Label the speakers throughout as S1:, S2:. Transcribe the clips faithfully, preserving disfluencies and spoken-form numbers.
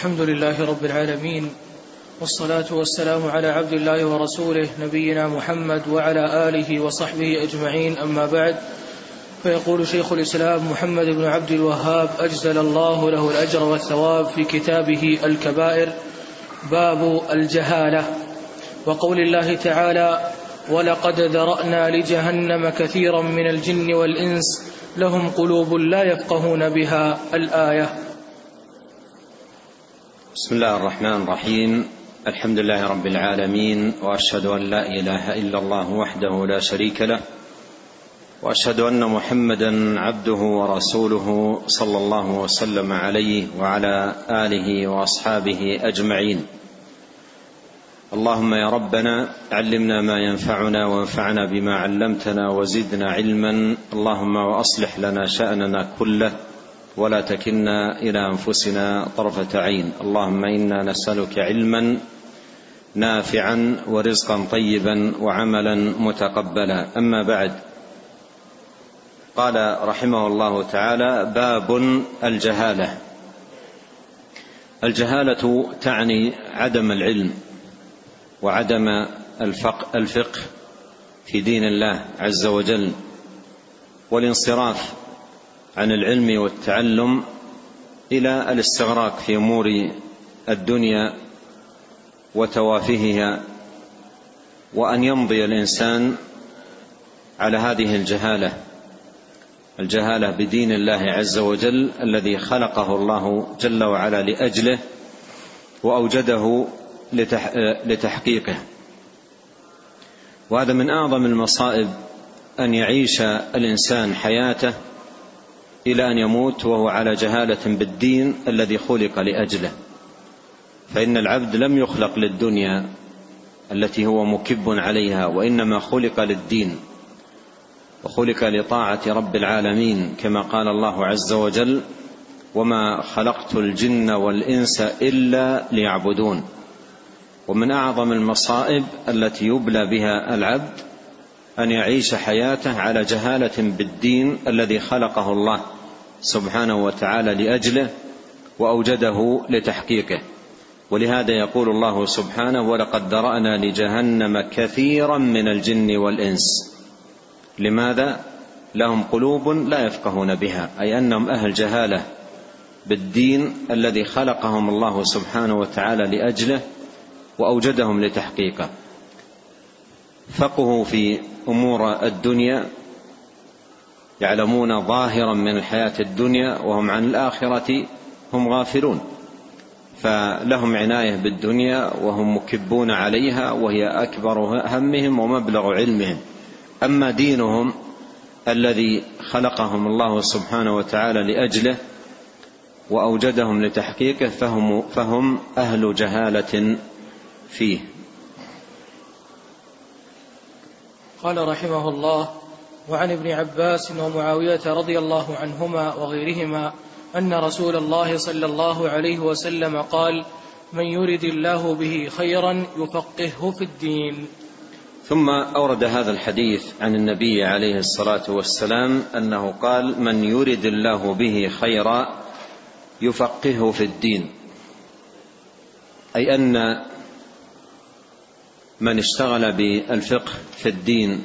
S1: الحمد لله رب العالمين، والصلاة والسلام على عبد الله ورسوله نبينا محمد وعلى آله وصحبه أجمعين، أما بعد. فيقول شيخ الإسلام محمد بن عبد الوهاب أجزل الله له الأجر والثواب في كتابه الكبائر باب الجهالة، وقول الله تعالى: ولقد ذرأنا لجهنم كثيرا من الجن والإنس لهم قلوب لا يفقهون بها، الآية.
S2: بسم الله الرحمن الرحيم. الحمد لله رب العالمين، وأشهد أن لا إله إلا الله وحده لا شريك له، وأشهد أن محمدا عبده ورسوله صلى الله وسلم عليه وعلى آله وأصحابه أجمعين. اللهم يا ربنا علمنا ما ينفعنا وانفعنا بما علمتنا وزدنا علما. اللهم وأصلح لنا شأننا كله ولا تكلنا إلى أنفسنا طرفة عين. اللهم إنا نسألك علما نافعا ورزقا طيبا وعملا متقبلا. أما بعد، قال رحمه الله تعالى: باب الجهالة. الجهالة تعني عدم العلم وعدم الفقه في دين الله عز وجل، والانصراف عن العلم والتعلم إلى الاستغراق في أمور الدنيا وتوافهها، وأن يمضي الإنسان على هذه الجهالة الجهالة بدين الله عز وجل الذي خلقه الله جل وعلا لأجله وأوجده لتحقيقه. وهذا من أعظم المصائب، أن يعيش الإنسان حياته إلى أن يموت وهو على جهالة بالدين الذي خلق لأجله. فإن العبد لم يخلق للدنيا التي هو مكب عليها، وإنما خلق للدين، وخلق لطاعة رب العالمين، كما قال الله عز وجل: وما خلقت الجن والإنس إلا ليعبدون. ومن أعظم المصائب التي يبلى بها العبد أن يعيش حياته على جهالة بالدين الذي خلقه الله سبحانه وتعالى لأجله وأوجده لتحقيقه. ولهذا يقول الله سبحانه: ولقد ذرأنا لجهنم كثيرا من الجن والإنس. لماذا؟ لهم قلوب لا يفقهون بها، أي أنهم أهل جهالة بالدين الذي خلقهم الله سبحانه وتعالى لأجله وأوجدهم لتحقيقه. فقهوا في أمور الدنيا، يعلمون ظاهرا من الحياة الدنيا، وهم عن الآخرة هم غافلون، فلهم عناية بالدنيا وهم مكبون عليها، وهي أكبر همهم ومبلغ علمهم. أما دينهم الذي خلقهم الله سبحانه وتعالى لأجله وأوجدهم لتحقيقه فهم, فهم أهل جهالة فيه.
S1: قال رحمه الله: وعن ابن عباس ومعاوية رضي الله عنهما وغيرهما أن رسول الله صلى الله عليه وسلم قال: من يرد الله به خيرا يفقهه في الدين.
S2: ثم أورد هذا الحديث عن النبي عليه الصلاة والسلام أنه قال: من يرد الله به خيرا يفقهه في الدين، أي أن من اشتغل بالفقه في الدين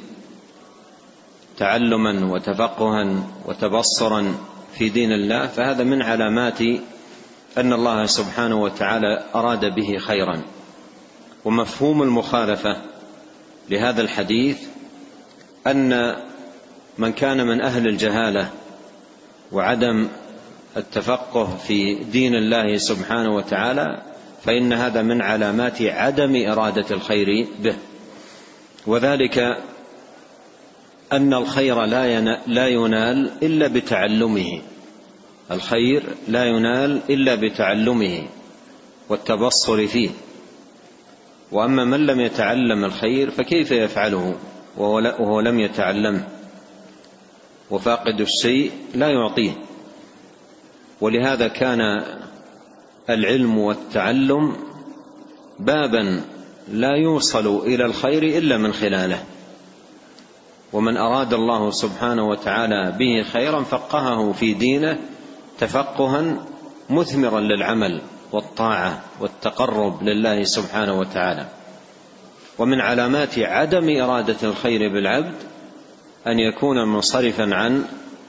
S2: تعلما وتفقها وتبصرا في دين الله، فهذا من علامات أن الله سبحانه وتعالى أراد به خيرا. ومفهوم المخالفة لهذا الحديث أن من كان من أهل الجهالة وعدم التفقه في دين الله سبحانه وتعالى، فإن هذا من علامات عدم إرادة الخير به. وذلك أن الخير لا ينال إلا بتعلمه، الخير لا ينال إلا بتعلمه والتبصر فيه. وأما من لم يتعلم الخير فكيف يفعله وهو لم يتعلمه؟ وفاقد الشيء لا يعطيه. ولهذا كان العلم والتعلم بابا لا يوصل إلى الخير إلا من خلاله. ومن أراد الله سبحانه وتعالى به خيرا فقهه في دينه تفقها مثمرا للعمل والطاعة والتقرب لله سبحانه وتعالى. ومن علامات عدم إرادة الخير بالعبد أن يكون منصرفا عن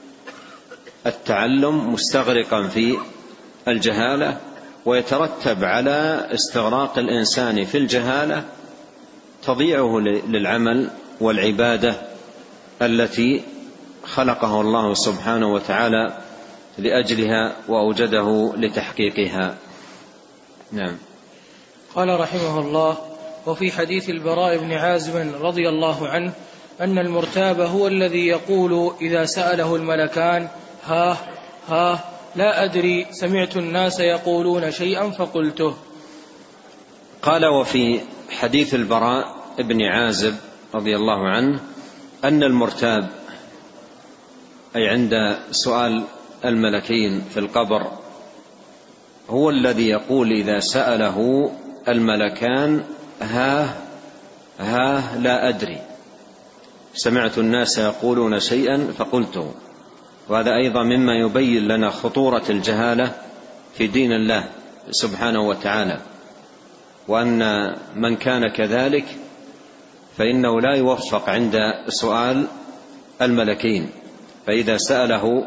S2: التعلم مستغرقا في الجهالة، ويترتب على استغراق الإنسان في الجهالة تضيعه للعمل والعبادة التي خلقه الله سبحانه وتعالى لأجلها وأوجده لتحقيقها. نعم.
S1: قال رحمه الله: وفي حديث البراء بن عازب رضي الله عنه أن المرتاب هو الذي يقول إذا سأله الملكان: ها ها لا أدري، سمعت الناس يقولون شيئا فقلته.
S2: قال: وفي حديث البراء بن عازب رضي الله عنه أن المرتاب، أي عند سؤال الملكين في القبر، هو الذي يقول إذا سأله الملكان: ها ها لا أدري، سمعت الناس يقولون شيئا فقلته. وهذا أيضا مما يبين لنا خطورة الجهالة في دين الله سبحانه وتعالى، وأن من كان كذلك فإنه لا يوفق عند سؤال الملكين. فإذا سأله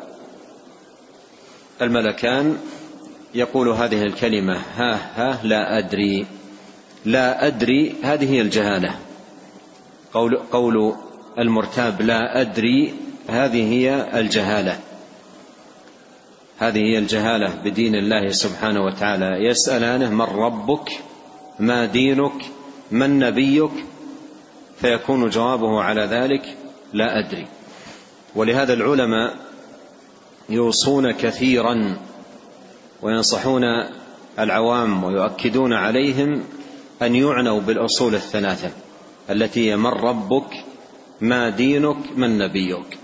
S2: الملكان يقول هذه الكلمة: ها ها لا أدري. لا أدري هذه هي الجهالة. قول, قول المرتاب لا أدري هذه هي الجهالة، هذه هي الجهالة بدين الله سبحانه وتعالى. يسألانه: من ربك؟ ما دينك؟ من نبيك؟ فيكون جوابه على ذلك: لا أدري. ولهذا العلماء يوصون كثيرا وينصحون العوام ويؤكدون عليهم أن يعنوا بالأصول الثلاثة التي هي: من ربك؟ ما دينك؟ من نبيك؟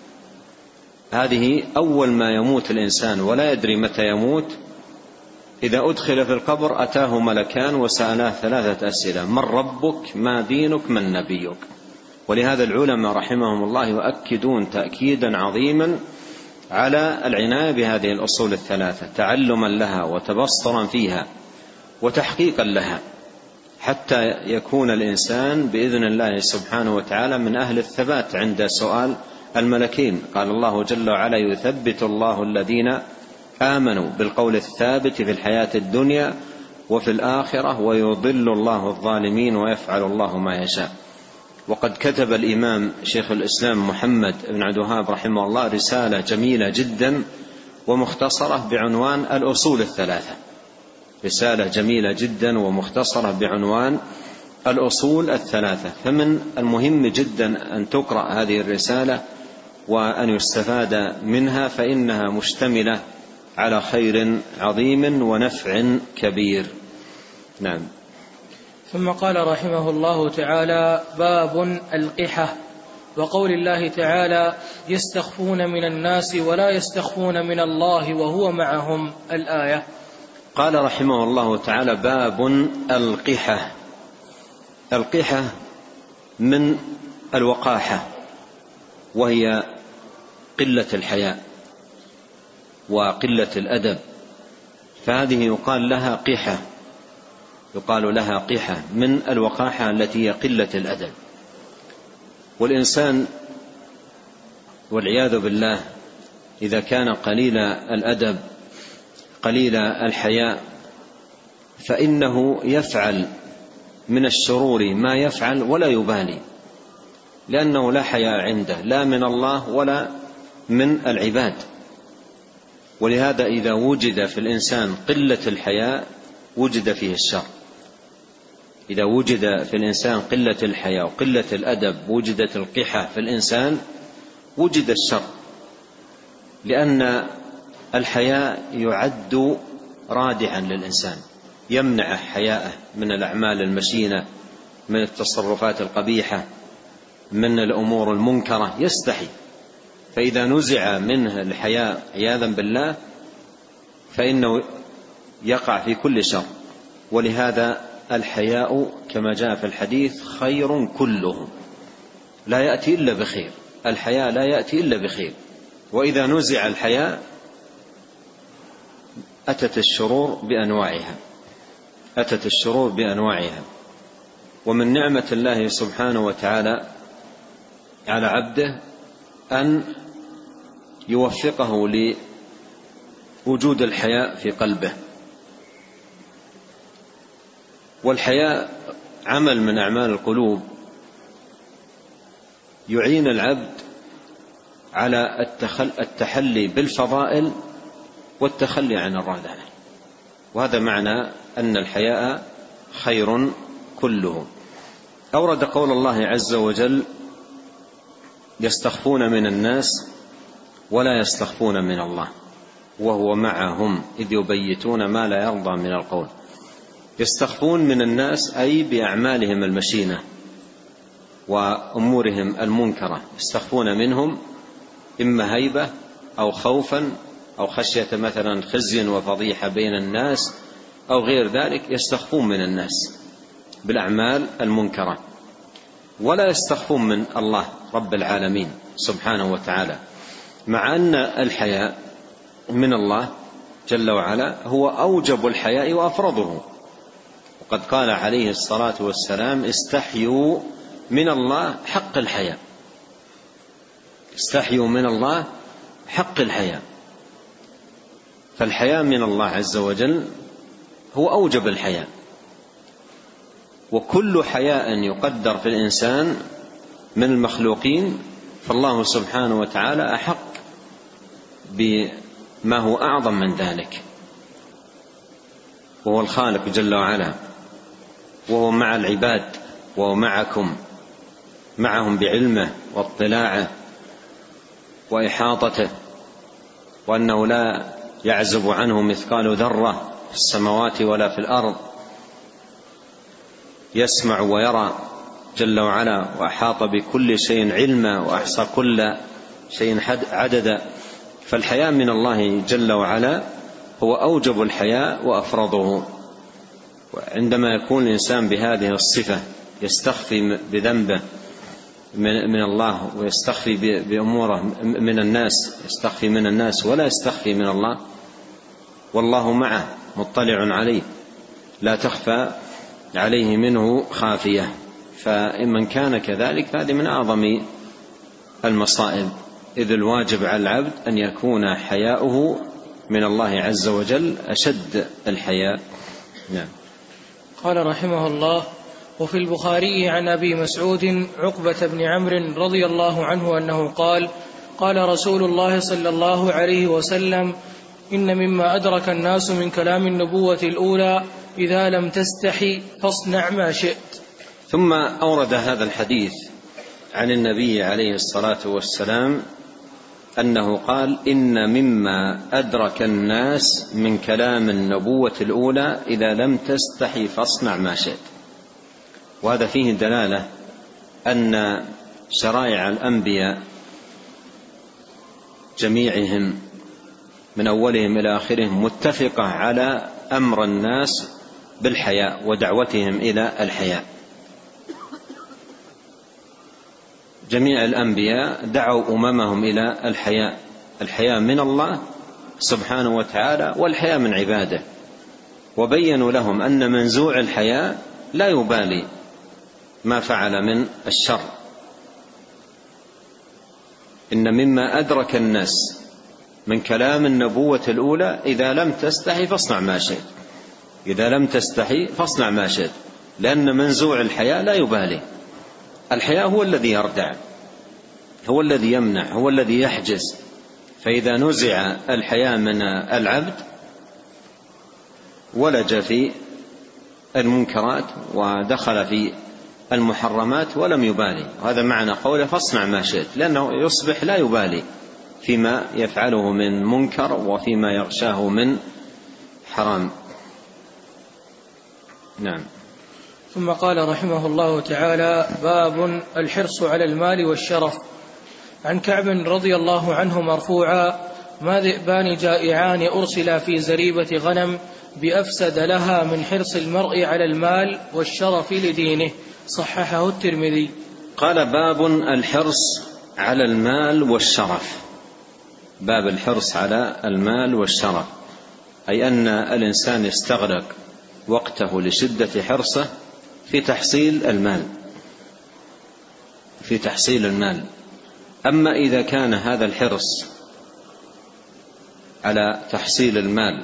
S2: هذه أول ما يموت الإنسان ولا يدري متى يموت، إذا أدخل في القبر أتاه ملكان وسألاه ثلاثة أسئلة: من ربك؟ ما دينك؟ من نبيك؟ ولهذا العلماء رحمهم الله يؤكدون تأكيدا عظيما على العناية بهذه الأصول الثلاثة، تعلما لها وتبصرا فيها وتحقيقا لها، حتى يكون الإنسان بإذن الله سبحانه وتعالى من أهل الثبات عند سؤال الملكين. قال الله جل وعلا: يثبت الله الذين آمنوا بالقول الثابت في الحياة الدنيا وفي الآخرة ويضل الله الظالمين ويفعل الله ما يشاء. وقد كتب الإمام شيخ الإسلام محمد بن عبد الوهاب رحمه الله رسالة جميلة جدا ومختصرة بعنوان الأصول الثلاثة، رسالة جميلة جدا ومختصرة بعنوان الأصول الثلاثة. فمن المهم جدا أن تقرأ هذه الرسالة وأن يستفاد منها، فإنها مشتملة على خير عظيم ونفع كبير. نعم.
S1: ثم قال رحمه الله تعالى: باب القحة، وقول الله تعالى: يستخفون من الناس ولا يستخفون من الله وهو معهم، الآية.
S2: قال رحمه الله تعالى: باب القحة. القحة من الوقاحة، وهي قلة الحياء وقلة الأدب، فهذه يقال لها قحة، يقال لها قحة من الوقاحة التي هي قلة الأدب. والإنسان والعياذ بالله إذا كان قليل الأدب قليل الحياء فإنه يفعل من الشرور ما يفعل ولا يبالي، لأنه لا حياء عنده لا من الله ولا من العباد. ولهذا إذا وجد في الإنسان قلة الحياء وجد فيه الشر. إذا وجد في الإنسان قلة الحياء وقلة الأدب وجدت القحة في الإنسان وجد الشر، لأن الحياء يعد رادعا للإنسان، يمنع حياءه من الأعمال المشينة، من التصرفات القبيحة، من الأمور المنكرة، يستحي. فإذا نزع منه الحياء عياذا بالله فإنه يقع في كل شر. ولهذا الحياء كما جاء في الحديث خير كله، لا يأتي إلا بخير، الحياء لا يأتي إلا بخير. وإذا نزع الحياء أتت الشرور بأنواعها، أتت الشرور بأنواعها. ومن نعمة الله سبحانه وتعالى على عبده أن يوفقه لوجود الحياء في قلبه. والحياء عمل من أعمال القلوب يعين العبد على التحلي بالفضائل والتخلي عن الرذائل، وهذا معنى أن الحياء خير كله. أورد قول الله عز وجل: يستخفون من الناس ولا يستخفون من الله وهو معهم إذ يبيتون ما لا يرضى من القول. يستخفون من الناس أي بأعمالهم المشينة وأمورهم المنكرة، يستخفون منهم إما هيبة أو خوفا أو خشية مثلا خزي وفضيحة بين الناس أو غير ذلك، يستخفون من الناس بالأعمال المنكرة. ولا يستخفون من الله رب العالمين سبحانه وتعالى، مع أن الحياء من الله جل وعلا هو أوجب الحياء وأفرضه. وقد قال عليه الصلاة والسلام: استحيوا من الله حق الحياء، استحيوا من الله حق الحياء. فالحياء من الله عز وجل هو أوجب الحياء، وكل حياء يقدر في الإنسان من المخلوقين فالله سبحانه وتعالى أحق بما هو أعظم من ذلك، وهو الخالق جل وعلا، وهو مع العباد، وهو معكم، معهم بعلمه واطلاعه وإحاطته، وأنه لا يعزب عنه مثقال ذرة في السماوات ولا في الأرض، يسمع ويرى جل وعلا، وأحاط بكل شيء علما وأحصى كل شيء عددا. فالحياء من الله جل وعلا هو أوجب الحياء وأفرضه. وعندما يكون الإنسان بهذه الصفة يستخفي بذنبه من الله ويستخفي بأموره من الناس، يستخفي من الناس ولا يستخفي من الله، والله معه مطلع عليه لا تخفى عليه منه خافية. فمن كان كذلك هذه من أعظم المصائب، إذ الواجب على العبد أن يكون حياؤه من الله عز وجل أشد الحياء. نعم.
S1: قال رحمه الله: وفي البخاري عن أبي مسعود عقبة بن عمرو رضي الله عنه أنه قال: قال رسول الله صلى الله عليه وسلم: إن مما أدرك الناس من كلام النبوة الأولى إذا لم تستحي فاصنع ما شئت.
S2: ثم أورد هذا الحديث عن النبي عليه الصلاة والسلام أنه قال: إن مما أدرك الناس من كلام النبوة الأولى إذا لم تستحي فاصنع ما شئت. وهذا فيه دلالة أن شرائع الأنبياء جميعهم من أولهم إلى آخرهم متفقة على أمر الناس بالحياء ودعوتهم إلى الحياء. جميع الأنبياء دعوا أممهم إلى الحياء، الحياء من الله سبحانه وتعالى والحياء من عباده، وبينوا لهم أن منزوع الحياء لا يبالي ما فعل من الشر. إن مما أدرك الناس من كلام النبوة الأولى إذا لم تستحي فاصنع ما شئت، إذا لم تستحي فاصنع ما شئت، لأن منزوع الحياء لا يبالي. الحياء هو الذي يردع، هو الذي يمنع، هو الذي يحجز. فإذا نزع الحياء من العبد ولج في المنكرات ودخل في المحرمات ولم يبالي. وهذا معنى قوله فاصنع ما شئت، لأنه يصبح لا يبالي فيما يفعله من منكر وفيما يغشاه من حرام. نعم.
S1: ثم قال رحمه الله تعالى: باب الحرص على المال والشرف. عن كعب رضي الله عنه مرفوعا: ما ذئبان جائعان أرسلا في زريبة غنم بأفسد لها من حرص المرء على المال والشرف لدينه. صححه الترمذي.
S2: قال: باب الحرص على المال والشرف. باب الحرص على المال والشرف، أي أن الإنسان يستغرق وقته لشدة حرصه في تحصيل المال في تحصيل المال أما إذا كان هذا الحرص على تحصيل المال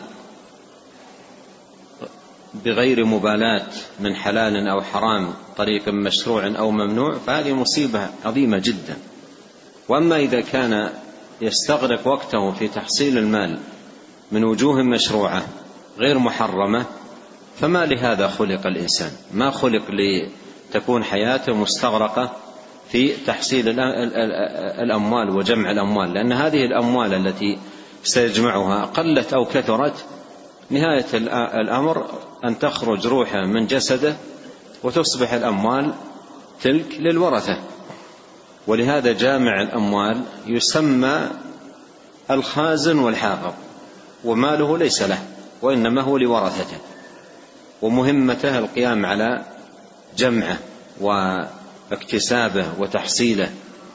S2: بغير مبالاة من حلال أو حرام، طريق مشروع أو ممنوع، فهذه مصيبة عظيمة جدا. وأما إذا كان يستغرق وقته في تحصيل المال من وجوه مشروعة غير محرمة، فما لهذا خلق الإنسان، ما خلق لتكون حياته مستغرقة في تحصيل الأموال وجمع الأموال، لأن هذه الأموال التي سيجمعها قلت أو كثرت نهاية الأمر أن تخرج روحه من جسده وتصبح الأموال تلك للورثة. ولهذا جامع الأموال يسمى الخازن والحافظ، وماله ليس له وإنما هو لورثته، ومهمته القيام على جمعه واكتسابه وتحصيله.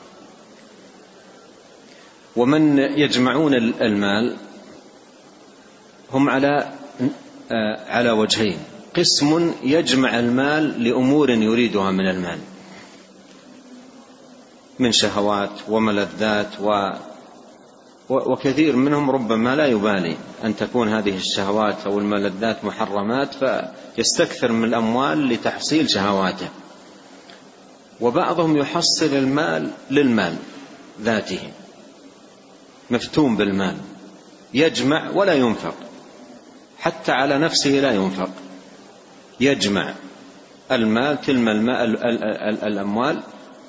S2: ومن يجمعون المال هم على على وجهين: قسم يجمع المال لأمور يريدها من المال من شهوات وملذات، و وكثير منهم ربما لا يبالي أن تكون هذه الشهوات أو الملذات محرمات فيستكثر من الأموال لتحصيل شهواته. وبعضهم يحصل المال للمال ذاته، مفتون بالمال، يجمع ولا ينفق، حتى على نفسه لا ينفق، يجمع المال تلم الأموال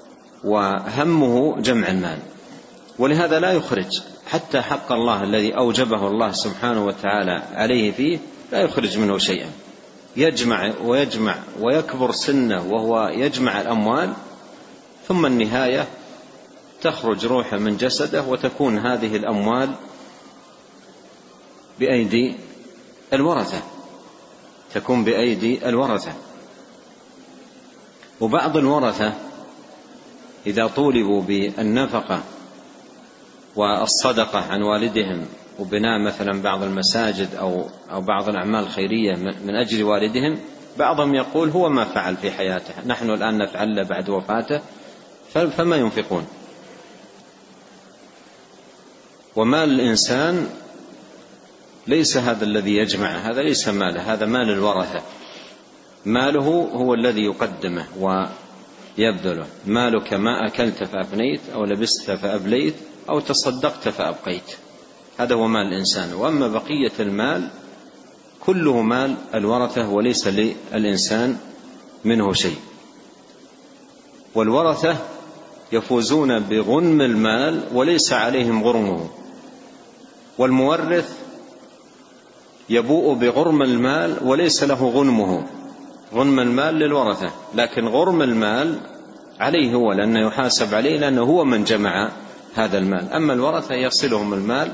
S2: وهمه جمع المال، ولهذا لا يخرج حتى حق الله الذي أوجبه الله سبحانه وتعالى عليه فيه، لا يخرج منه شيئا، يجمع ويجمع ويكبر سنه وهو يجمع الأموال، ثم النهاية تخرج روحه من جسده وتكون هذه الأموال بأيدي الورثة تكون بأيدي الورثة. وبعض الورثة إذا طولبوا بالنفقة والصدقة عن والدهم وبناء مثلا بعض المساجد أو أو بعض الأعمال الخيرية من أجل والدهم، بعضهم يقول هو ما فعل في حياته، نحن الآن نفعل بعد وفاته، فما ينفقون. ومال الإنسان ليس هذا الذي يجمع، هذا ليس ماله، هذا مال الورثة. ماله هو الذي يقدمه ويبذله. مالك ما أكلت فأفنيت أو لبست فأبليت أو تصدقت فأبقيت، هذا هو مال الإنسان. وأما بقية المال كله مال الورثة وليس للإنسان منه شيء. والورثة يفوزون بغنم المال وليس عليهم غرمه، والمورث يبوء بغرم المال وليس له غنمه. غنم المال للورثة، لكن غرم المال عليه هو، لأنه يحاسب عليه، لأنه هو من جمع هذا المال. أما الورثة يصلهم المال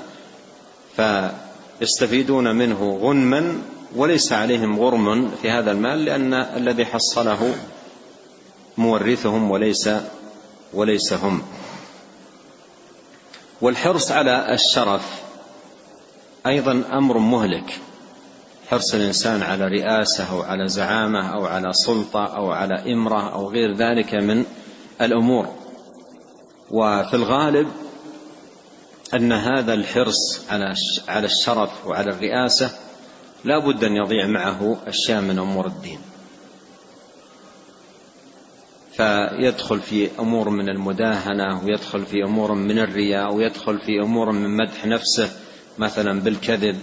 S2: فيستفيدون منه غنما وليس عليهم غرم في هذا المال، لأن الذي حصله مورثهم وليس وليس هم. والحرص على الشرف أيضا أمر مهلك. حرص الإنسان على رئاسة أو على زعامة أو على سلطة أو على إمرة أو غير ذلك من الأمور. وفي الغالب أن هذا الحرص على الشرف وعلى الرئاسة لا بد أن يضيع معه أشياء من أمور الدين، فيدخل في أمور من المداهنة، ويدخل في أمور من الرياء، ويدخل في أمور من مدح نفسه مثلا بالكذب،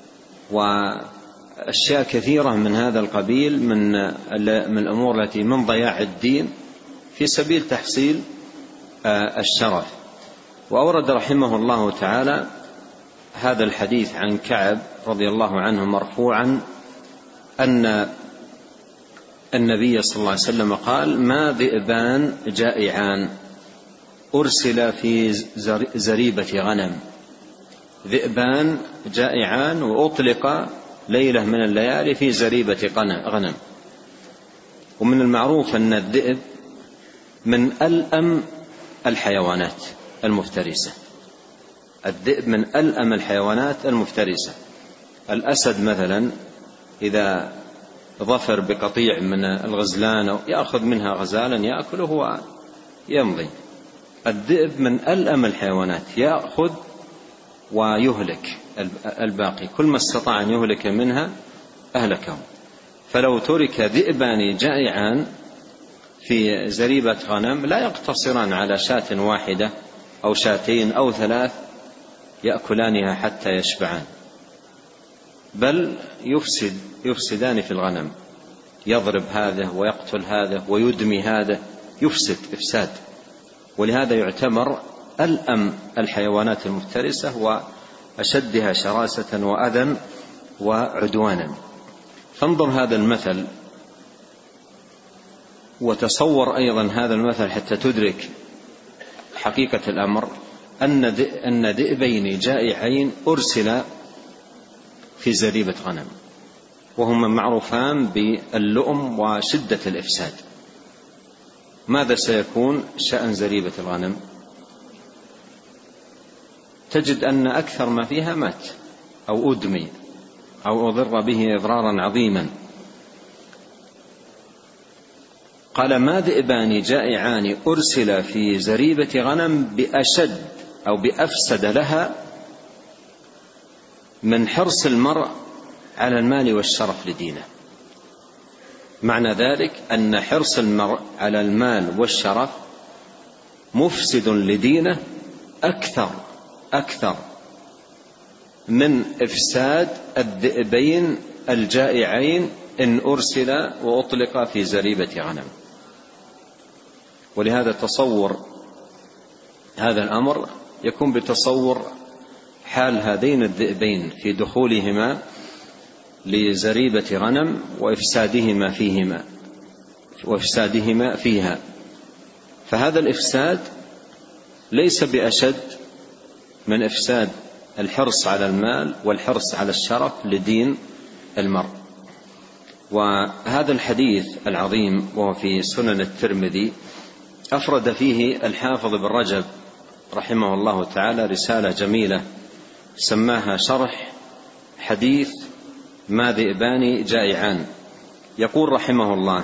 S2: وأشياء كثيرة من هذا القبيل من من الأمور التي من ضياع الدين في سبيل تحصيل الشرف. وأورد رحمه الله تعالى هذا الحديث عن كعب رضي الله عنه مرفوعا أن النبي صلى الله عليه وسلم قال: ما ذئبان جائعان أرسل في زريبة غنم. ذئبان جائعان وأطلق ليلة من الليالي في زريبة غنم. ومن المعروف أن الذئب من ألأم الحيوانات المفترسة. الذئب من ألأم الحيوانات المفترسة. الأسد مثلا إذا ظفر بقطيع من الغزلان أو يأخذ منها غزالا يأكله ويمضي. الذئب من ألأم الحيوانات، يأخذ ويهلك الباقي، كل ما استطاع أن يهلك منها أهلكه. فلو ترك ذئبان جائعان في زريبة غنم لا يقتصران على شاة واحدة أو شاتين أو ثلاث يأكلانها حتى يشبعان، بل يفسد يفسدان في الغنم، يضرب هذا ويقتل هذا ويدمي هذا، يفسد إفساد. ولهذا يعتبر ألأم الحيوانات المفترسة وأشدها شراسة وأذى وعدوانا. فانظر هذا المثل وتصور أيضا هذا المثل حتى تدرك حقيقة الأمر، أن ذئبين جائعين أرسل في زريبة غنم، وهما معروفان باللؤم وشدة الإفساد. ماذا سيكون شأن زريبة الغنم؟ تجد أن أكثر ما فيها مات أو أدمي أو أضر به إضرارا عظيما. قال: ما ذئبان جائعان أرسل في زريبة غنم بأشد أو بأفسد لها من حرص المرء على المال والشرف لدينه. معنى ذلك أن حرص المرء على المال والشرف مفسد لدينه أكثر أكثر من إفساد الذئبين الجائعين إن أرسل وأطلق في زريبة غنم. ولهذا تصور هذا الأمر يكون بتصور حال هذين الذئبين في دخولهما لزريبة غنم وإفسادهما فيهما وإفسادهما فيها. فهذا الإفساد ليس بأشد من إفساد الحرص على المال والحرص على الشرف لدين المرء. وهذا الحديث العظيم وهو في سنن الترمذي أفرد فيه الحافظ بن رجب رحمه الله تعالى رسالة جميلة سماها شرح حديث ما ذئبان جائعان. يقول رحمه الله: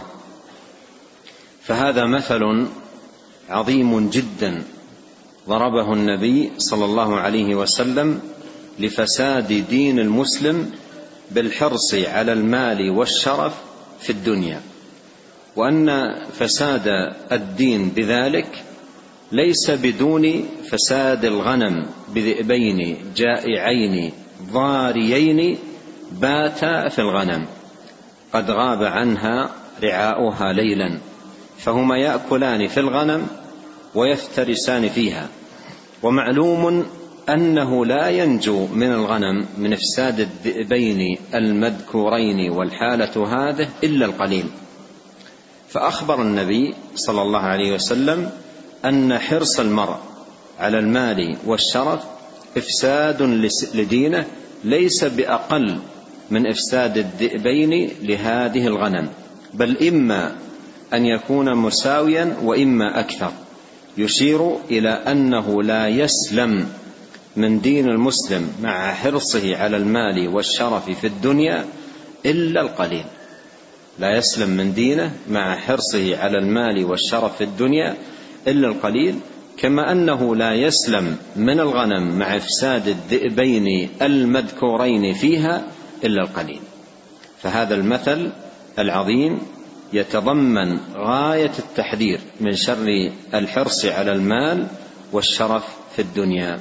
S2: فهذا مثل عظيم جدا ضربه النبي صلى الله عليه وسلم لفساد دين المسلم بالحرص على المال والشرف في الدنيا، وأن فساد الدين بذلك ليس بدون فساد الغنم بذئبين جائعين ضاريين باتا في الغنم قد غاب عنها رعاؤها ليلا، فهما يأكلان في الغنم ويفترسان فيها. ومعلوم أنه لا ينجو من الغنم من إفساد الذئبين المذكورين والحالة هذه إلا القليل. فأخبر النبي صلى الله عليه وسلم أن حرص المرء على المال والشرف إفساد لدينه ليس بأقل من إفساد الذئبين لهذه الغنم، بل إما أن يكون مساويا وإما أكثر، يشير إلى أنه لا يسلم من دين المسلم مع حرصه على المال والشرف في الدنيا إلا القليل. لا يسلم من دينه مع حرصه على المال والشرف في الدنيا إلا القليل، كما أنه لا يسلم من الغنم مع إفساد الذئبين المذكورين فيها إلا القليل. فهذا المثل العظيم يتضمن غاية التحذير من شر الحرص على المال والشرف في الدنيا.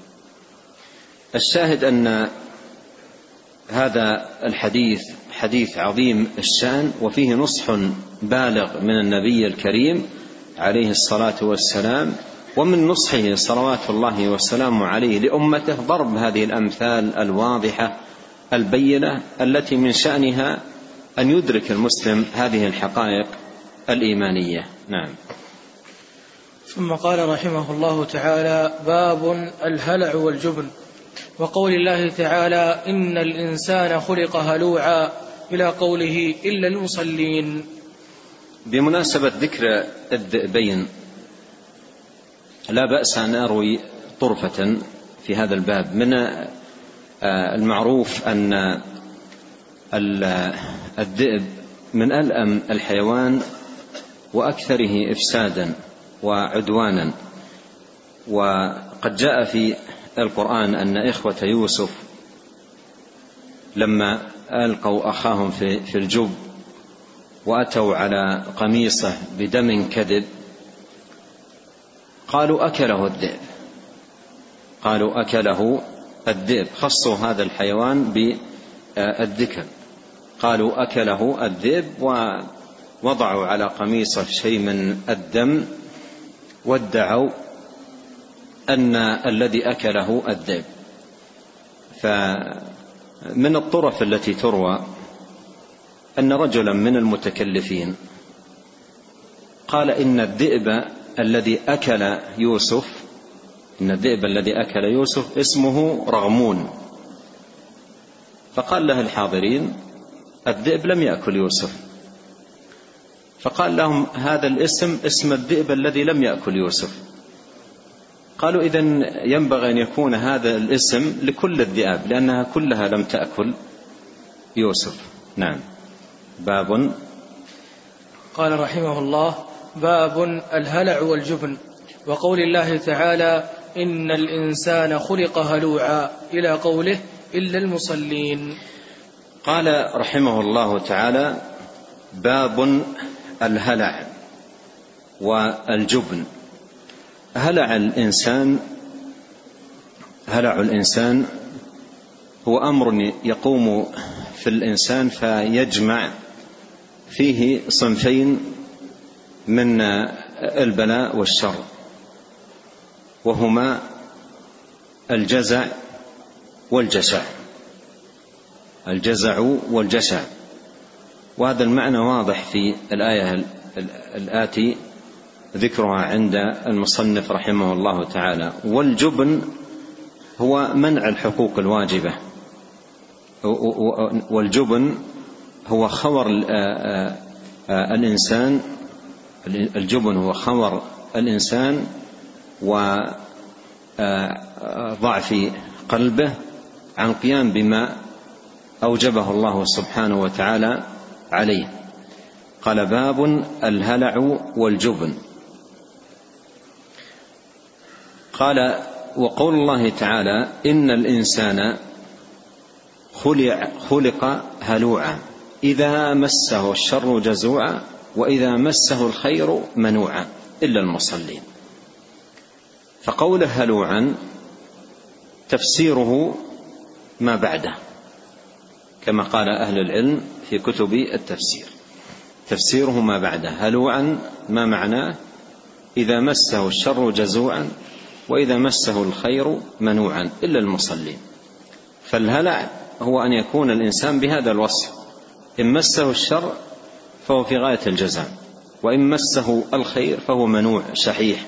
S2: الشاهد أن هذا الحديث حديث عظيم الشأن، وفيه نصح بالغ من النبي الكريم عليه الصلاة والسلام، ومن نصحه صلوات الله والسلام عليه لأمته ضرب هذه الأمثال الواضحة البينة التي من شأنها أن يدرك المسلم هذه الحقائق الإيمانية. نعم.
S1: ثم قال رحمه الله تعالى: باب الهلع والجبن. وقول الله تعالى: إن الإنسان خلق هلوعا، إلى قوله: إلا المصلين.
S2: بمناسبة ذكر الذئبين لا بأس أن أروي طرفة في هذا الباب. من المعروف أن الذئب من ألأم الحيوان وأكثره إفسادا وعدوانا. وقد جاء في القرآن أن إخوة يوسف لما ألقوا أخاهم في الجب وأتوا على قميصه بدم كذب قالوا أكله الذئب قالوا أكله الذئب خصوا هذا الحيوان بالذكر، قالوا أكله الذئب ووضعوا على قميصه شيء من الدم وادعوا أن الذي أكله الذئب. فمن الطرف التي تروى أن رجلا من المتكلفين قال إن الذئب الذي أكل يوسف إن الذئب الذي أكل يوسف اسمه رغمون، فقال له الحاضرين الذئب لم يأكل يوسف، فقال لهم هذا الاسم اسم الذئب الذي لم يأكل يوسف. قالوا إذن ينبغي أن يكون هذا الاسم لكل الذئاب لأنها كلها لم تأكل يوسف. نعم. باب.
S1: قال رحمه الله: باب الهلع والجبن، وقول الله تعالى: إن الإنسان خلق هلوعا، إلى قوله: إلا المصلين.
S2: قال رحمه الله تعالى: باب الهلع والجبن. هلع الإنسان هلع الإنسان هو أمر يقوم في الإنسان فيجمع فيه صنفين من البلاء والشر، وهما الجزع والجشع الجزع والجشع وهذا المعنى واضح في الآية الآتي ذكرها عند المصنف رحمه الله تعالى. والجبن هو منع الحقوق الواجبة، والجبن هو خور الإنسان الجبن هو خور الإنسان وضعف قلبه عن قيام بما أوجبه الله سبحانه وتعالى عليه. قال: باب الهلع والجبن. قال: وقول الله تعالى: إن الإنسان خلق هلوعا إذا مسه الشر جزوعا وإذا مسه الخير منوعا إلا المصلين. فقوله هلوعا تفسيره ما بعده كما قال أهل العلم في كتب التفسير، تفسيره ما بعده. هلوعا ما معناه؟ إذا مسه الشر جزوعا وإذا مسه الخير منوعا إلا المصلين. فالهلع هو أن يكون الإنسان بهذا الوصف: إن مسه الشر فهو في غاية الجزع، وإن مسه الخير فهو منوع شحيح.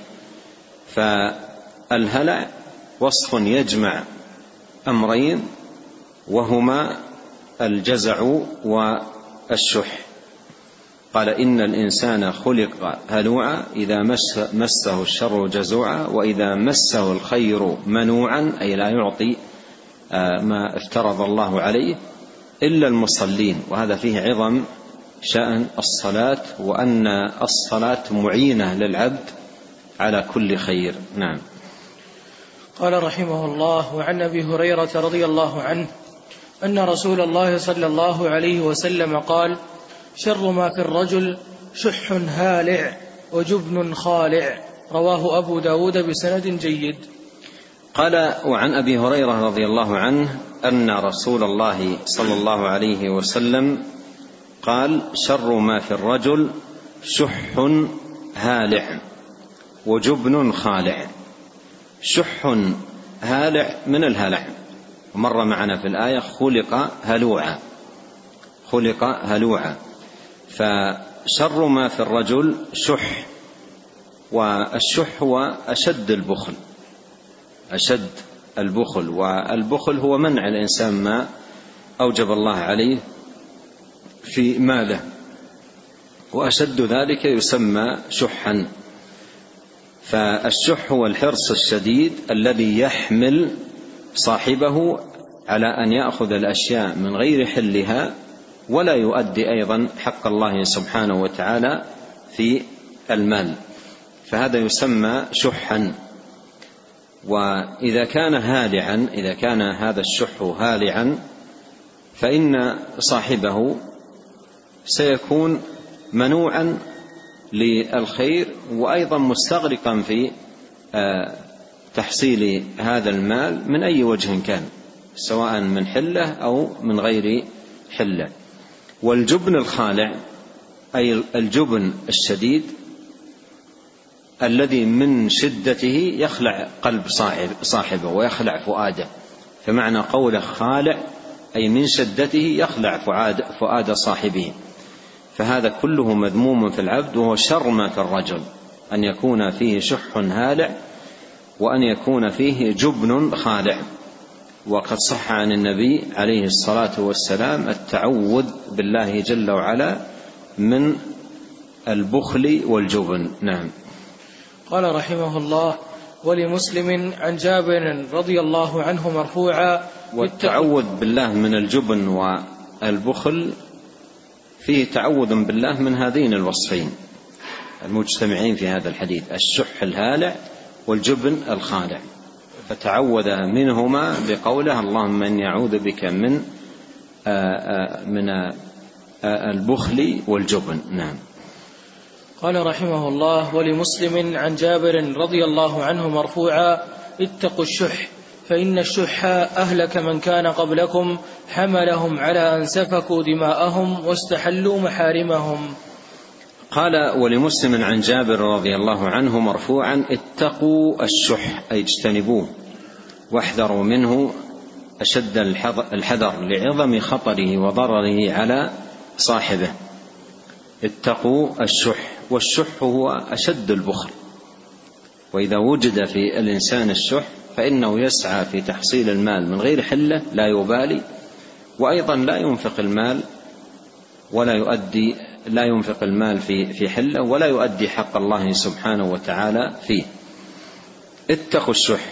S2: فالهلع وصف يجمع أمرين وهما الجزع والشح. قال: إن الإنسان خلق هلوعا إذا مسه الشر جزوعا وإذا مسه الخير منوعا، أي لا يعطي ما افترض الله عليه، إلا المصلين. وهذا فيه عظم شأن الصلاة، وأن الصلاة معينة للعبد على كل خير. نعم.
S1: قال رحمه الله: وعن أبي هريرة رضي الله عنه أن رسول الله صلى الله عليه وسلم قال: شر ما في الرجل شح هالع وجبن خالع، رواه أبو داود بسند جيد.
S2: قال: وعن أبي هريرة رضي الله عنه أن رسول الله صلى الله عليه وسلم قال: شر ما في الرجل شح هالع وجبن خالع. شح هالع من الهلع، ومر معنا في الآية خلق هلوعا خلق هلوعا فشر ما في الرجل شح، والشح هو أشد البخل أشد البخل والبخل هو منع الإنسان ما أوجب الله عليه في ماله، وأشد ذلك يسمى شحا. فالشح هو الحرص الشديد الذي يحمل صاحبه على أن يأخذ الأشياء من غير حلها ولا يؤدي أيضا حق الله سبحانه وتعالى في المال، فهذا يسمى شحا. وإذا كان هالعا إذا كان هذا الشح هالعا فإن صاحبه سيكون منوعا للخير وأيضا مستغرقا في تحصيل هذا المال من أي وجه كان، سواء من حلة أو من غير حلة. والجبن الخالع أي الجبن الشديد الذي من شدته يخلع قلب صاحبه ويخلع فؤاده، فمعنى قوله خالع أي من شدته يخلع فؤاد, فؤاد صاحبه، فهذا كله مذموم في العبد، وهو شر ما في الرجل أن يكون فيه شح هالع وأن يكون فيه جبن خالع. وقد صح عن النبي عليه الصلاة والسلام التعوذ بالله جل وعلا من البخل والجبن. نعم.
S1: قال رحمه الله: ولمسلم عن جابر رضي الله عنه مرفوعا.
S2: والتعوذ بالله من الجبن والبخل فيه تعوذ بالله من هذين الوصفين المجتمعين في هذا الحديث، الشح الهالع والجبن الخالع، فتعوذ منهما بقوله: اللهم إني أعوذ بك من من البخل والجبن. نعم.
S1: قال رحمه الله: ولمسلم عن جابر رضي الله عنه مرفوعا: اتقوا الشح فإن الشح أهلك من كان قبلكم، حملهم على أن سفكوا دماءهم واستحلوا محارمهم.
S2: قال: ولمسلم عن جابر رضي الله عنه مرفوعا: اتقوا الشح أي اجتنبوه واحذروا منه أشد الحذر لعظم خطره وضرره على صاحبه. اتقوا الشح، والشح هو أشد البخل، وإذا وجد في الإنسان الشح فإنه يسعى في تحصيل المال من غير حلة، لا يبالي، وأيضا لا ينفق المال ولا يؤدي لا ينفق المال في في حلة ولا يؤدي حق الله سبحانه وتعالى فيه. اتقوا الشح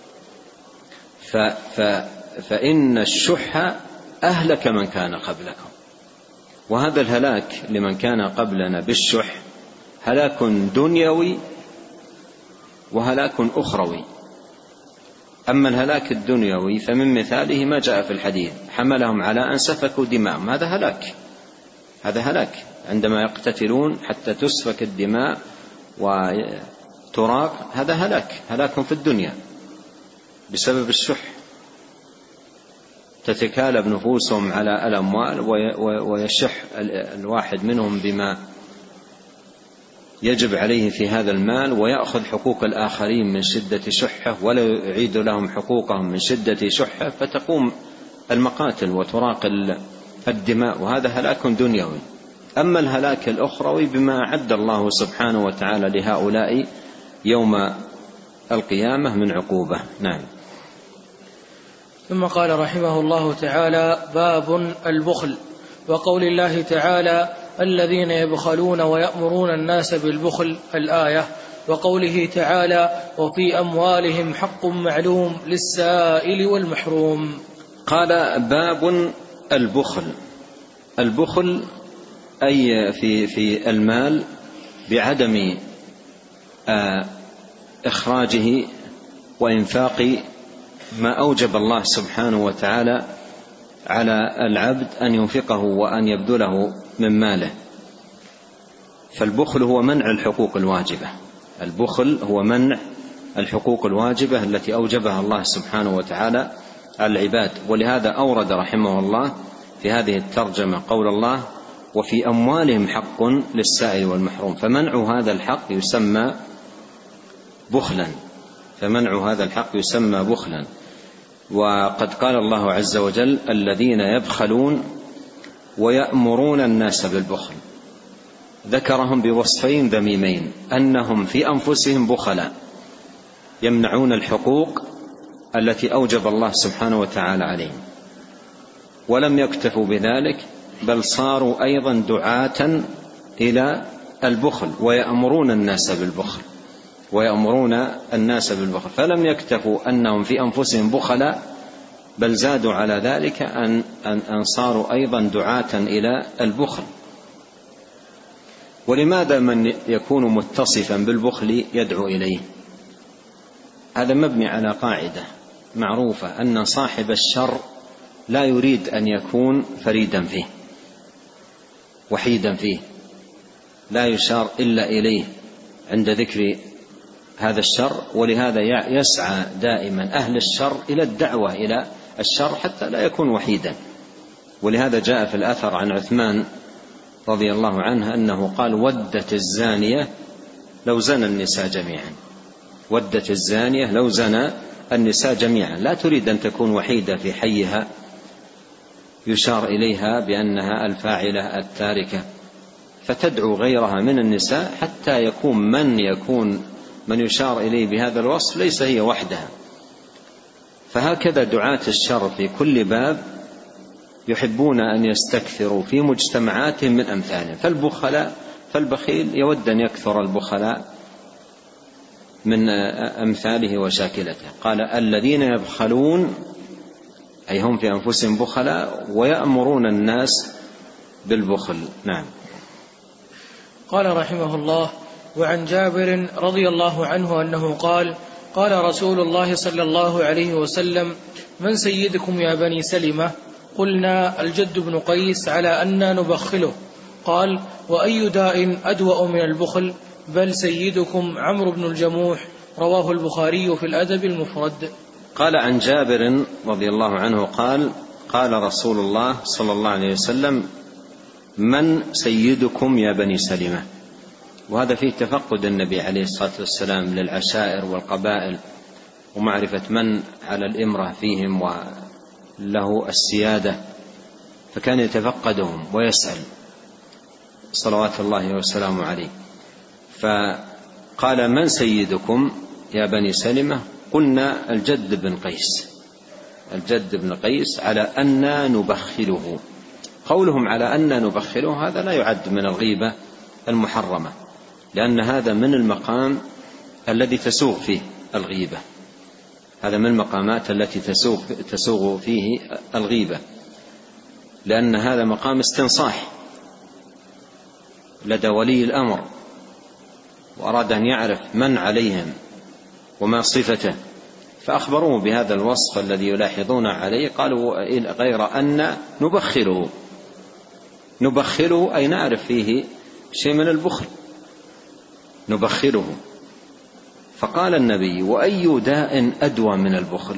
S2: ف ف فإن الشح أهلك من كان قبلكم، وهذا الهلاك لمن كان قبلنا بالشح هلاك دنيوي وهلاك أخروي. أما الهلاك الدنيوي فمن مثاله ما جاء في الحديث: حملهم على أن سفكوا دماءهم، هذا هلاك هذا هلاك عندما يقتتلون حتى تسفك الدماء وتراق، هذا هلاك هلاك في الدنيا بسبب الشح، تتكالب نفوسهم على الأموال ويشح الواحد منهم بما يجب عليه في هذا المال ويأخذ حقوق الآخرين من شدة شحه ولا يعيد لهم حقوقهم من شدة شحه، فتقوم المقاتل وتراق الدماء، وهذا هلاك دنيوي. أما الهلاك الأخروي بما أعد الله سبحانه وتعالى لهؤلاء يوم القيامة من عقوبة. نعم.
S1: ثم قال رحمه الله تعالى: باب البخل. وقول الله تعالى: الذين يبخلون ويأمرون الناس بالبخل، الآية. وقوله تعالى: وفي أموالهم حق معلوم للسائل والمحروم.
S2: قال: باب البخل. البخل أي في في المال بعدم إخراجه وإنفاق ما أوجب الله سبحانه وتعالى على العبد أن ينفقه وأن يبذله من ماله. فالبخل هو منع الحقوق الواجبة البخل هو منع الحقوق الواجبة التي أوجبها الله سبحانه وتعالى على العباد. ولهذا أورد رحمه الله في هذه الترجمة قول الله: وفي أموالهم حق للسائل والمحروم، فمنع هذا الحق يسمى بخلا فمنع هذا الحق يسمى بخلا. وقد قال الله عز وجل: الذين يبخلون ويأمرون الناس بالبخل، ذكرهم بوصفين ذميمين: أنهم في أنفسهم بخلاء يمنعون الحقوق التي أوجب الله سبحانه وتعالى عليهم، ولم يكتفوا بذلك بل صاروا أيضا دعاة إلى البخل ويأمرون الناس بالبخل ويأمرون الناس بالبخل فلم يكتفوا أنهم في أنفسهم بخلاء، بل زادوا على ذلك أن, أن صاروا أيضا دعاة إلى البخل. ولماذا من يكون متصفا بالبخل يدعو إليه؟ هذا مبني على قاعدة معروفة، أن صاحب الشر لا يريد أن يكون فريدا فيه وحيدا فيه، لا يشار إلا إليه عند ذكر هذا الشر، ولهذا يسعى دائما أهل الشر إلى الدعوة إلى الشر حتى لا يكون وحيدا. ولهذا جاء في الأثر عن عثمان رضي الله عنه أنه قال: ودت الزانية لو زنى النساء جميعا، ودت الزانية لو زنى النساء جميعا، لا تريد أن تكون وحيدة في حيها يشار إليها بأنها الفاعلة التاركة، فتدعو غيرها من النساء حتى يكون من يكون من يشار إليه بهذا الوصف ليس هي وحدها. فهكذا دعاة الشر في كل باب يحبون أن يستكثروا في مجتمعاتهم من أمثالهم. فالبخلاء فالبخيل يود أن يكثر البخلاء من أمثاله وشاكلته. قال: الذين يبخلون أي هم في أنفسهم بخلاء ويأمرون الناس بالبخل. نعم.
S1: قال رحمه الله: وعن جابر رضي الله عنه أنه قال: قال رسول الله صلى الله عليه وسلم: من سيدكم يا بني سلمة؟ قلنا: الجد بن قيس، على أن نبخله. قال: وأي داء أدوأ من البخل؟ بل سيدكم عمرو بن الجموح. رواه البخاري في الأدب المفرد.
S2: قال عن جابر رضي الله عنه قال: قال رسول الله صلى الله عليه وسلم: من سيدكم يا بني سلمة؟ وهذا فيه تفقد النبي عليه الصلاة والسلام للعشائر والقبائل ومعرفة من على الإمرة فيهم وله السيادة، فكان يتفقدهم ويسأل صلوات الله وسلامه عليه. فقال: من سيدكم يا بني سلمة؟ قلنا: الجد بن قيس. الجد بن قيس على أن نبخله. قولهم على أن نبخله هذا لا يعد من الغيبة المحرمة، لأن هذا من المقام الذي تسوغ فيه الغيبة، هذا من المقامات التي تسوغ, تسوغ فيه الغيبة، لأن هذا مقام استنصاح لدى ولي الأمر، وأراد أن يعرف من عليهم وما صفته، فأخبروه بهذا الوصف الذي يلاحظون عليه. قالوا: غير أن نبخله. نبخله أي نعرف فيه شيء من البخل، نبخله. فقال النبي: وأي داء أدوى من البخل؟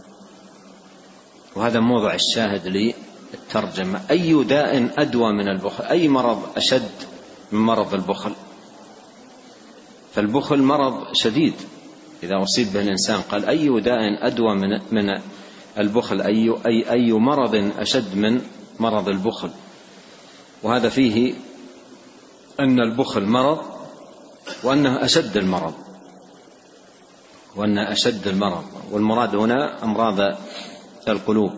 S2: وهذا موضع الشاهد للترجمة. أي داء أدوى من البخل؟ أي مرض أشد من مرض البخل؟ فالبخل مرض شديد إذا أصيب به الإنسان. قال: أي داء أدوى من من البخل؟ أي أي أي مرض أشد من مرض البخل؟ وهذا فيه أن البخل مرض، وأنه أشد المرض، وأنه أشد المرض، والمراد هنا أمراض القلوب.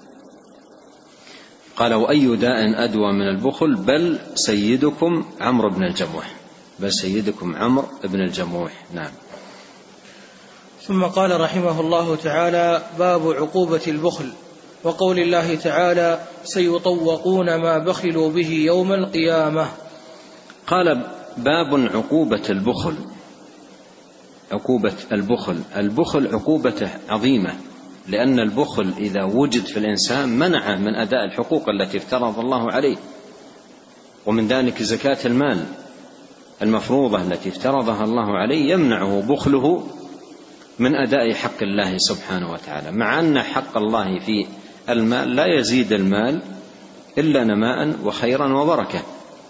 S2: قال: وأي داء أدوى من البخل؟ بل سيدكم عمرو بن الجموح. بل سيدكم عمرو بن الجموح. نعم.
S1: ثم قال رحمه الله تعالى: باب عقوبة البخل، وقول الله تعالى: سيطوقون ما بخلوا به يوم القيامة.
S2: قال: باب عقوبة البخل. عقوبة البخل، البخل عقوبته عظيمة، لأن البخل إذا وجد في الإنسان منع من أداء الحقوق التي افترض الله عليه، ومن ذلك زكاة المال المفروضة التي افترضها الله عليه، يمنعه بخله من أداء حق الله سبحانه وتعالى، مع أن حق الله في المال لا يزيد المال إلا نماء وخيرا وبركة،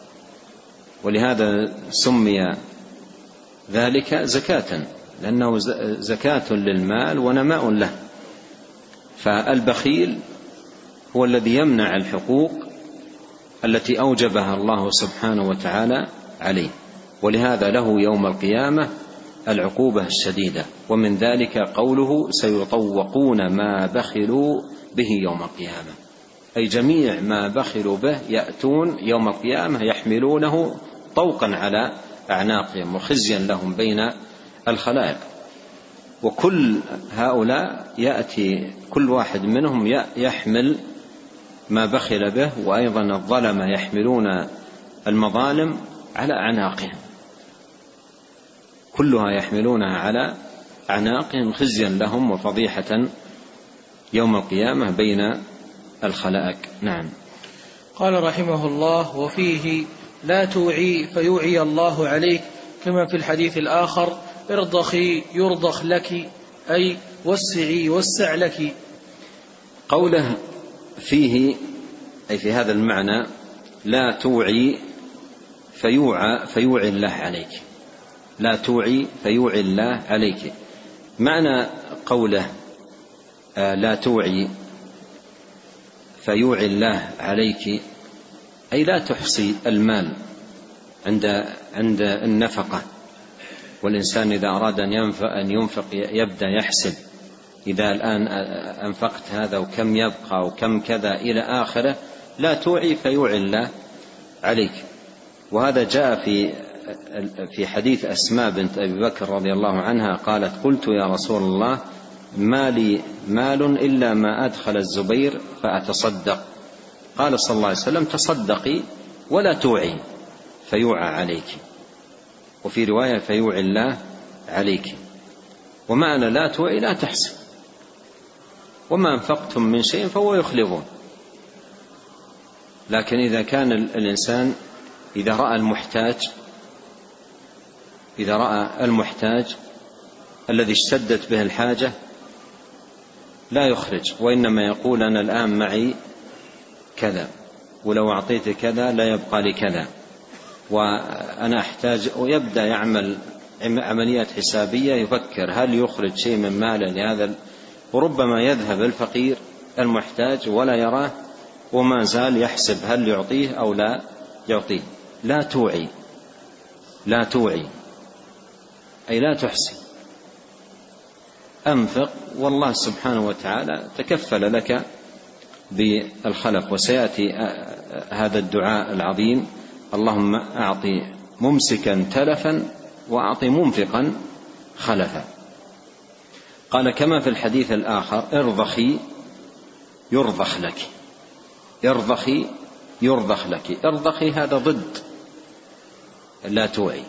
S2: ولهذا سمي ذلك زكاة، لأنه زكاة للمال ونماء له. فالبخيل هو الذي يمنع الحقوق التي أوجبها الله سبحانه وتعالى عليه، ولهذا له يوم القيامة العقوبة الشديدة. ومن ذلك قوله: سيطوقون ما بخلوا به يوم القيامة، أي جميع ما بخلوا به يأتون يوم القيامة يحملونه طوقا على أعناقهم وخزيا لهم بين الخلائق. وكل هؤلاء يأتي كل واحد منهم يحمل ما بخل به، وأيضا الظلمة يحملون المظالم على أعناقهم، كلها يحملونها على أعناقهم خزيا لهم وفضيحة يوم القيامة بين الخلائق. نعم.
S1: قال رحمه الله: وفيه لا توعي فيوعي الله عليك، كما في الحديث الآخر: ارضخي يرضخ لك، أي وسعي يوسع لك.
S2: قوله فيه أي في هذا المعنى لا توعي فيوعى فيوعي الله عليك، لا توعي فيوعي الله عليك. معنى قوله آه لا توعي فيوعي الله عليك أي لا تحصي المال عند عند النفقة، والإنسان إذا أراد أن ينفق يبدأ يحسب إذا الآن أنفقت هذا وكم يبقى وكم كذا إلى آخره. لا توعي فيوعي الله عليك. وهذا جاء في في حديث أسماء بنت أبي بكر رضي الله عنها قالت: قلت يا رسول الله ما لي مال إلا ما أدخل الزبير فأتصدق. قال صلى الله عليه وسلم: تصدقي ولا توعي فيوعى عليك، وفي رواية فيوعي الله عليك. ومعنى لا توعي لا تحسب، وما أنفقتم من شيء فهو يخلفه. لكن إذا كان الإنسان إذا رأى المحتاج إذا رأى المحتاج الذي اشتدت به الحاجة لا يخرج، وإنما يقول: أنا الآن معي كذا، ولو أعطيت كذا لا يبقى لي كذا، وأنا أحتاج، ويبدأ يعمل عمليات حسابية، يفكر هل يخرج شيء من ماله لهذا، وربما يذهب الفقير المحتاج ولا يراه وما زال يحسب هل يعطيه أو لا يعطيه. لا توعي لا توعي أي لا تحسن، أنفق والله سبحانه وتعالى تكفل لك بالخلف. وسيأتي هذا الدعاء العظيم: اللهم أعطي ممسكا تلفا وأعطي منفقا خلفا. قال كما في الحديث الآخر: ارضخي يرضخ لك، ارضخي يرضخ لك. ارضخي هذا ضد لا توعي،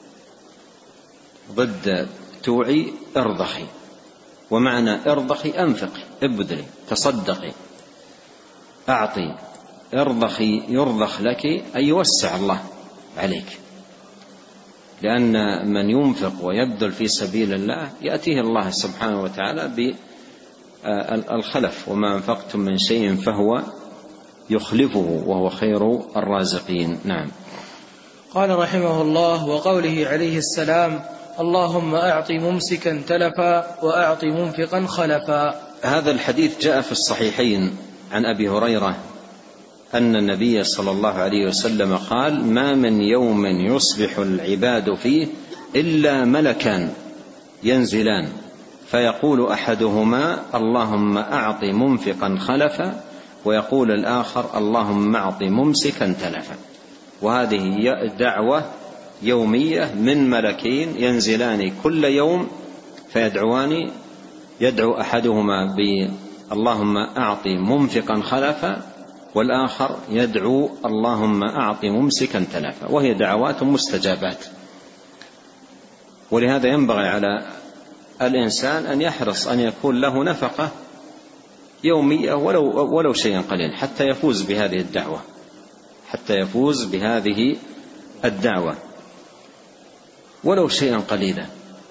S2: ضد توعي ارضخي. ومعنى ارضخي أنفقي، ابذلي، تصدقي، أعطي. ارضخي يرضخ لك أي يوسع الله عليك، لأن من ينفق ويبذل في سبيل الله يأتيه الله سبحانه وتعالى بالخلف: وما أنفقتم من شيء فهو يخلفه وهو خير الرازقين. نعم.
S1: قال رحمه الله: وقوله عليه السلام: اللهم أعط ممسكا تلفا وأعط منفقا خلفا.
S2: هذا الحديث جاء في الصحيحين عن أبي هريرة أن النبي صلى الله عليه وسلم قال: ما من يوم يصبح العباد فيه إلا ملكان ينزلان فيقول أحدهما: اللهم أعط منفقا خلفا، ويقول الآخر: اللهم أعط ممسكا تلفا. وهذه دعوة يومية من ملكين ينزلان كل يوم فيدعوان، يدعو أحدهما باللهم أعط منفقا خلفا، والآخر يدعو اللهم أعط ممسكا تلفا، وهي دعوات مستجابات. ولهذا ينبغي على الإنسان أن يحرص أن يكون له نفقة يومية ولو, ولو شيئا قليلا حتى يفوز بهذه الدعوة حتى يفوز بهذه الدعوة ولو شيئا قليلا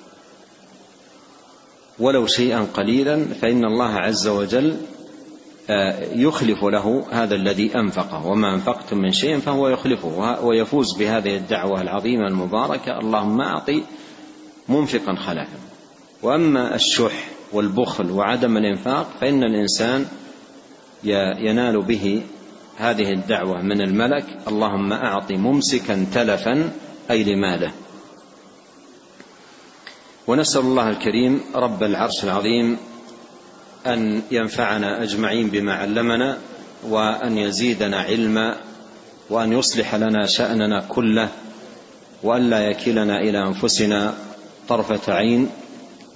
S2: ولو شيئا قليلا فإن الله عز وجل يخلف له هذا الذي أنفقه. وما أنفقتم من شيء فهو يخلفه، ويفوز بهذه الدعوة العظيمة المباركة: اللهم أعطي منفقا خلفا. وأما الشح والبخل وعدم الإنفاق فإن الإنسان ينال به هذه الدعوة من الملك: اللهم أعط ممسكا تلفا، أي لماله. ونسأل الله الكريم رب العرش العظيم أن ينفعنا أجمعين بما علمنا، وأن يزيدنا علما، وأن يصلح لنا شأننا كله، وأن لا يكلنا إلى أنفسنا طرفة عين،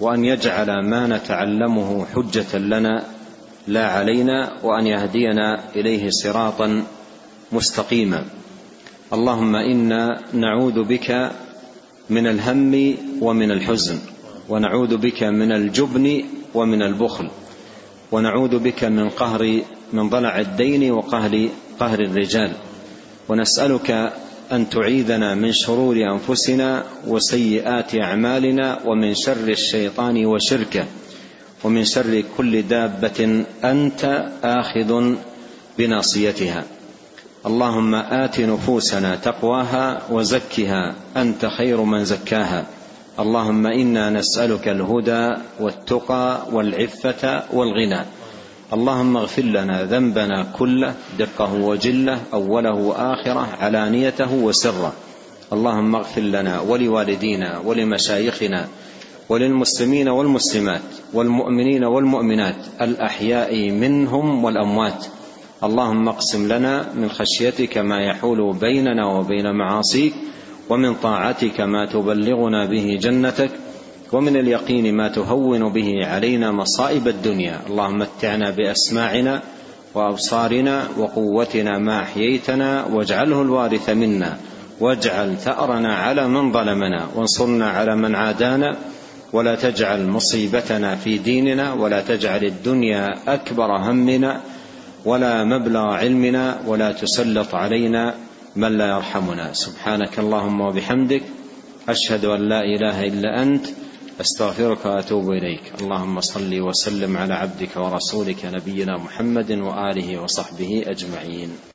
S2: وأن يجعل ما نتعلمه حجة لنا لا علينا، وأن يهدينا إليه صراطا مستقيما. اللهم إنا نعوذ بك من الهم ومن الحزن، ونعوذ بك من الجبن ومن البخل، ونعوذ بك من قهر من ضلع الدين وقهر قهر الرجال، ونسألك أن تعيذنا من شرور أنفسنا وسيئات أعمالنا ومن شر الشيطان وشركه، ومن شر كل دابة أنت آخذ بناصيتها. اللهم آت نفوسنا تقواها وزكها أنت خير من زكاها. اللهم إنا نسألك الهدى والتقى والعفة والغنى. اللهم اغفر لنا ذنبنا كله دقه وجله، أوله وآخره، علانيته وسره. اللهم اغفر لنا ولوالدينا ولمشايخنا وللمسلمين والمسلمات والمؤمنين والمؤمنات الأحياء منهم والأموات. اللهم اقسم لنا من خشيتك ما يحول بيننا وبين معاصيك، ومن طاعتك ما تبلغنا به جنتك، ومن اليقين ما تهون به علينا مصائب الدنيا. اللهم متعنا بأسماعنا وأبصارنا وقوتنا ما أحييتنا، واجعله الوارث منا، واجعل ثأرنا على من ظلمنا، وانصرنا على من عادانا، ولا تجعل مصيبتنا في ديننا، ولا تجعل الدنيا أكبر همنا ولا مبلغ علمنا، ولا تسلط علينا من لا يرحمنا. سبحانك اللهم وبحمدك، أشهد أن لا إله إلا أنت، أستغفرك وأتوب إليك. اللهم صل وسلم على عبدك ورسولك نبينا محمد وآله وصحبه أجمعين.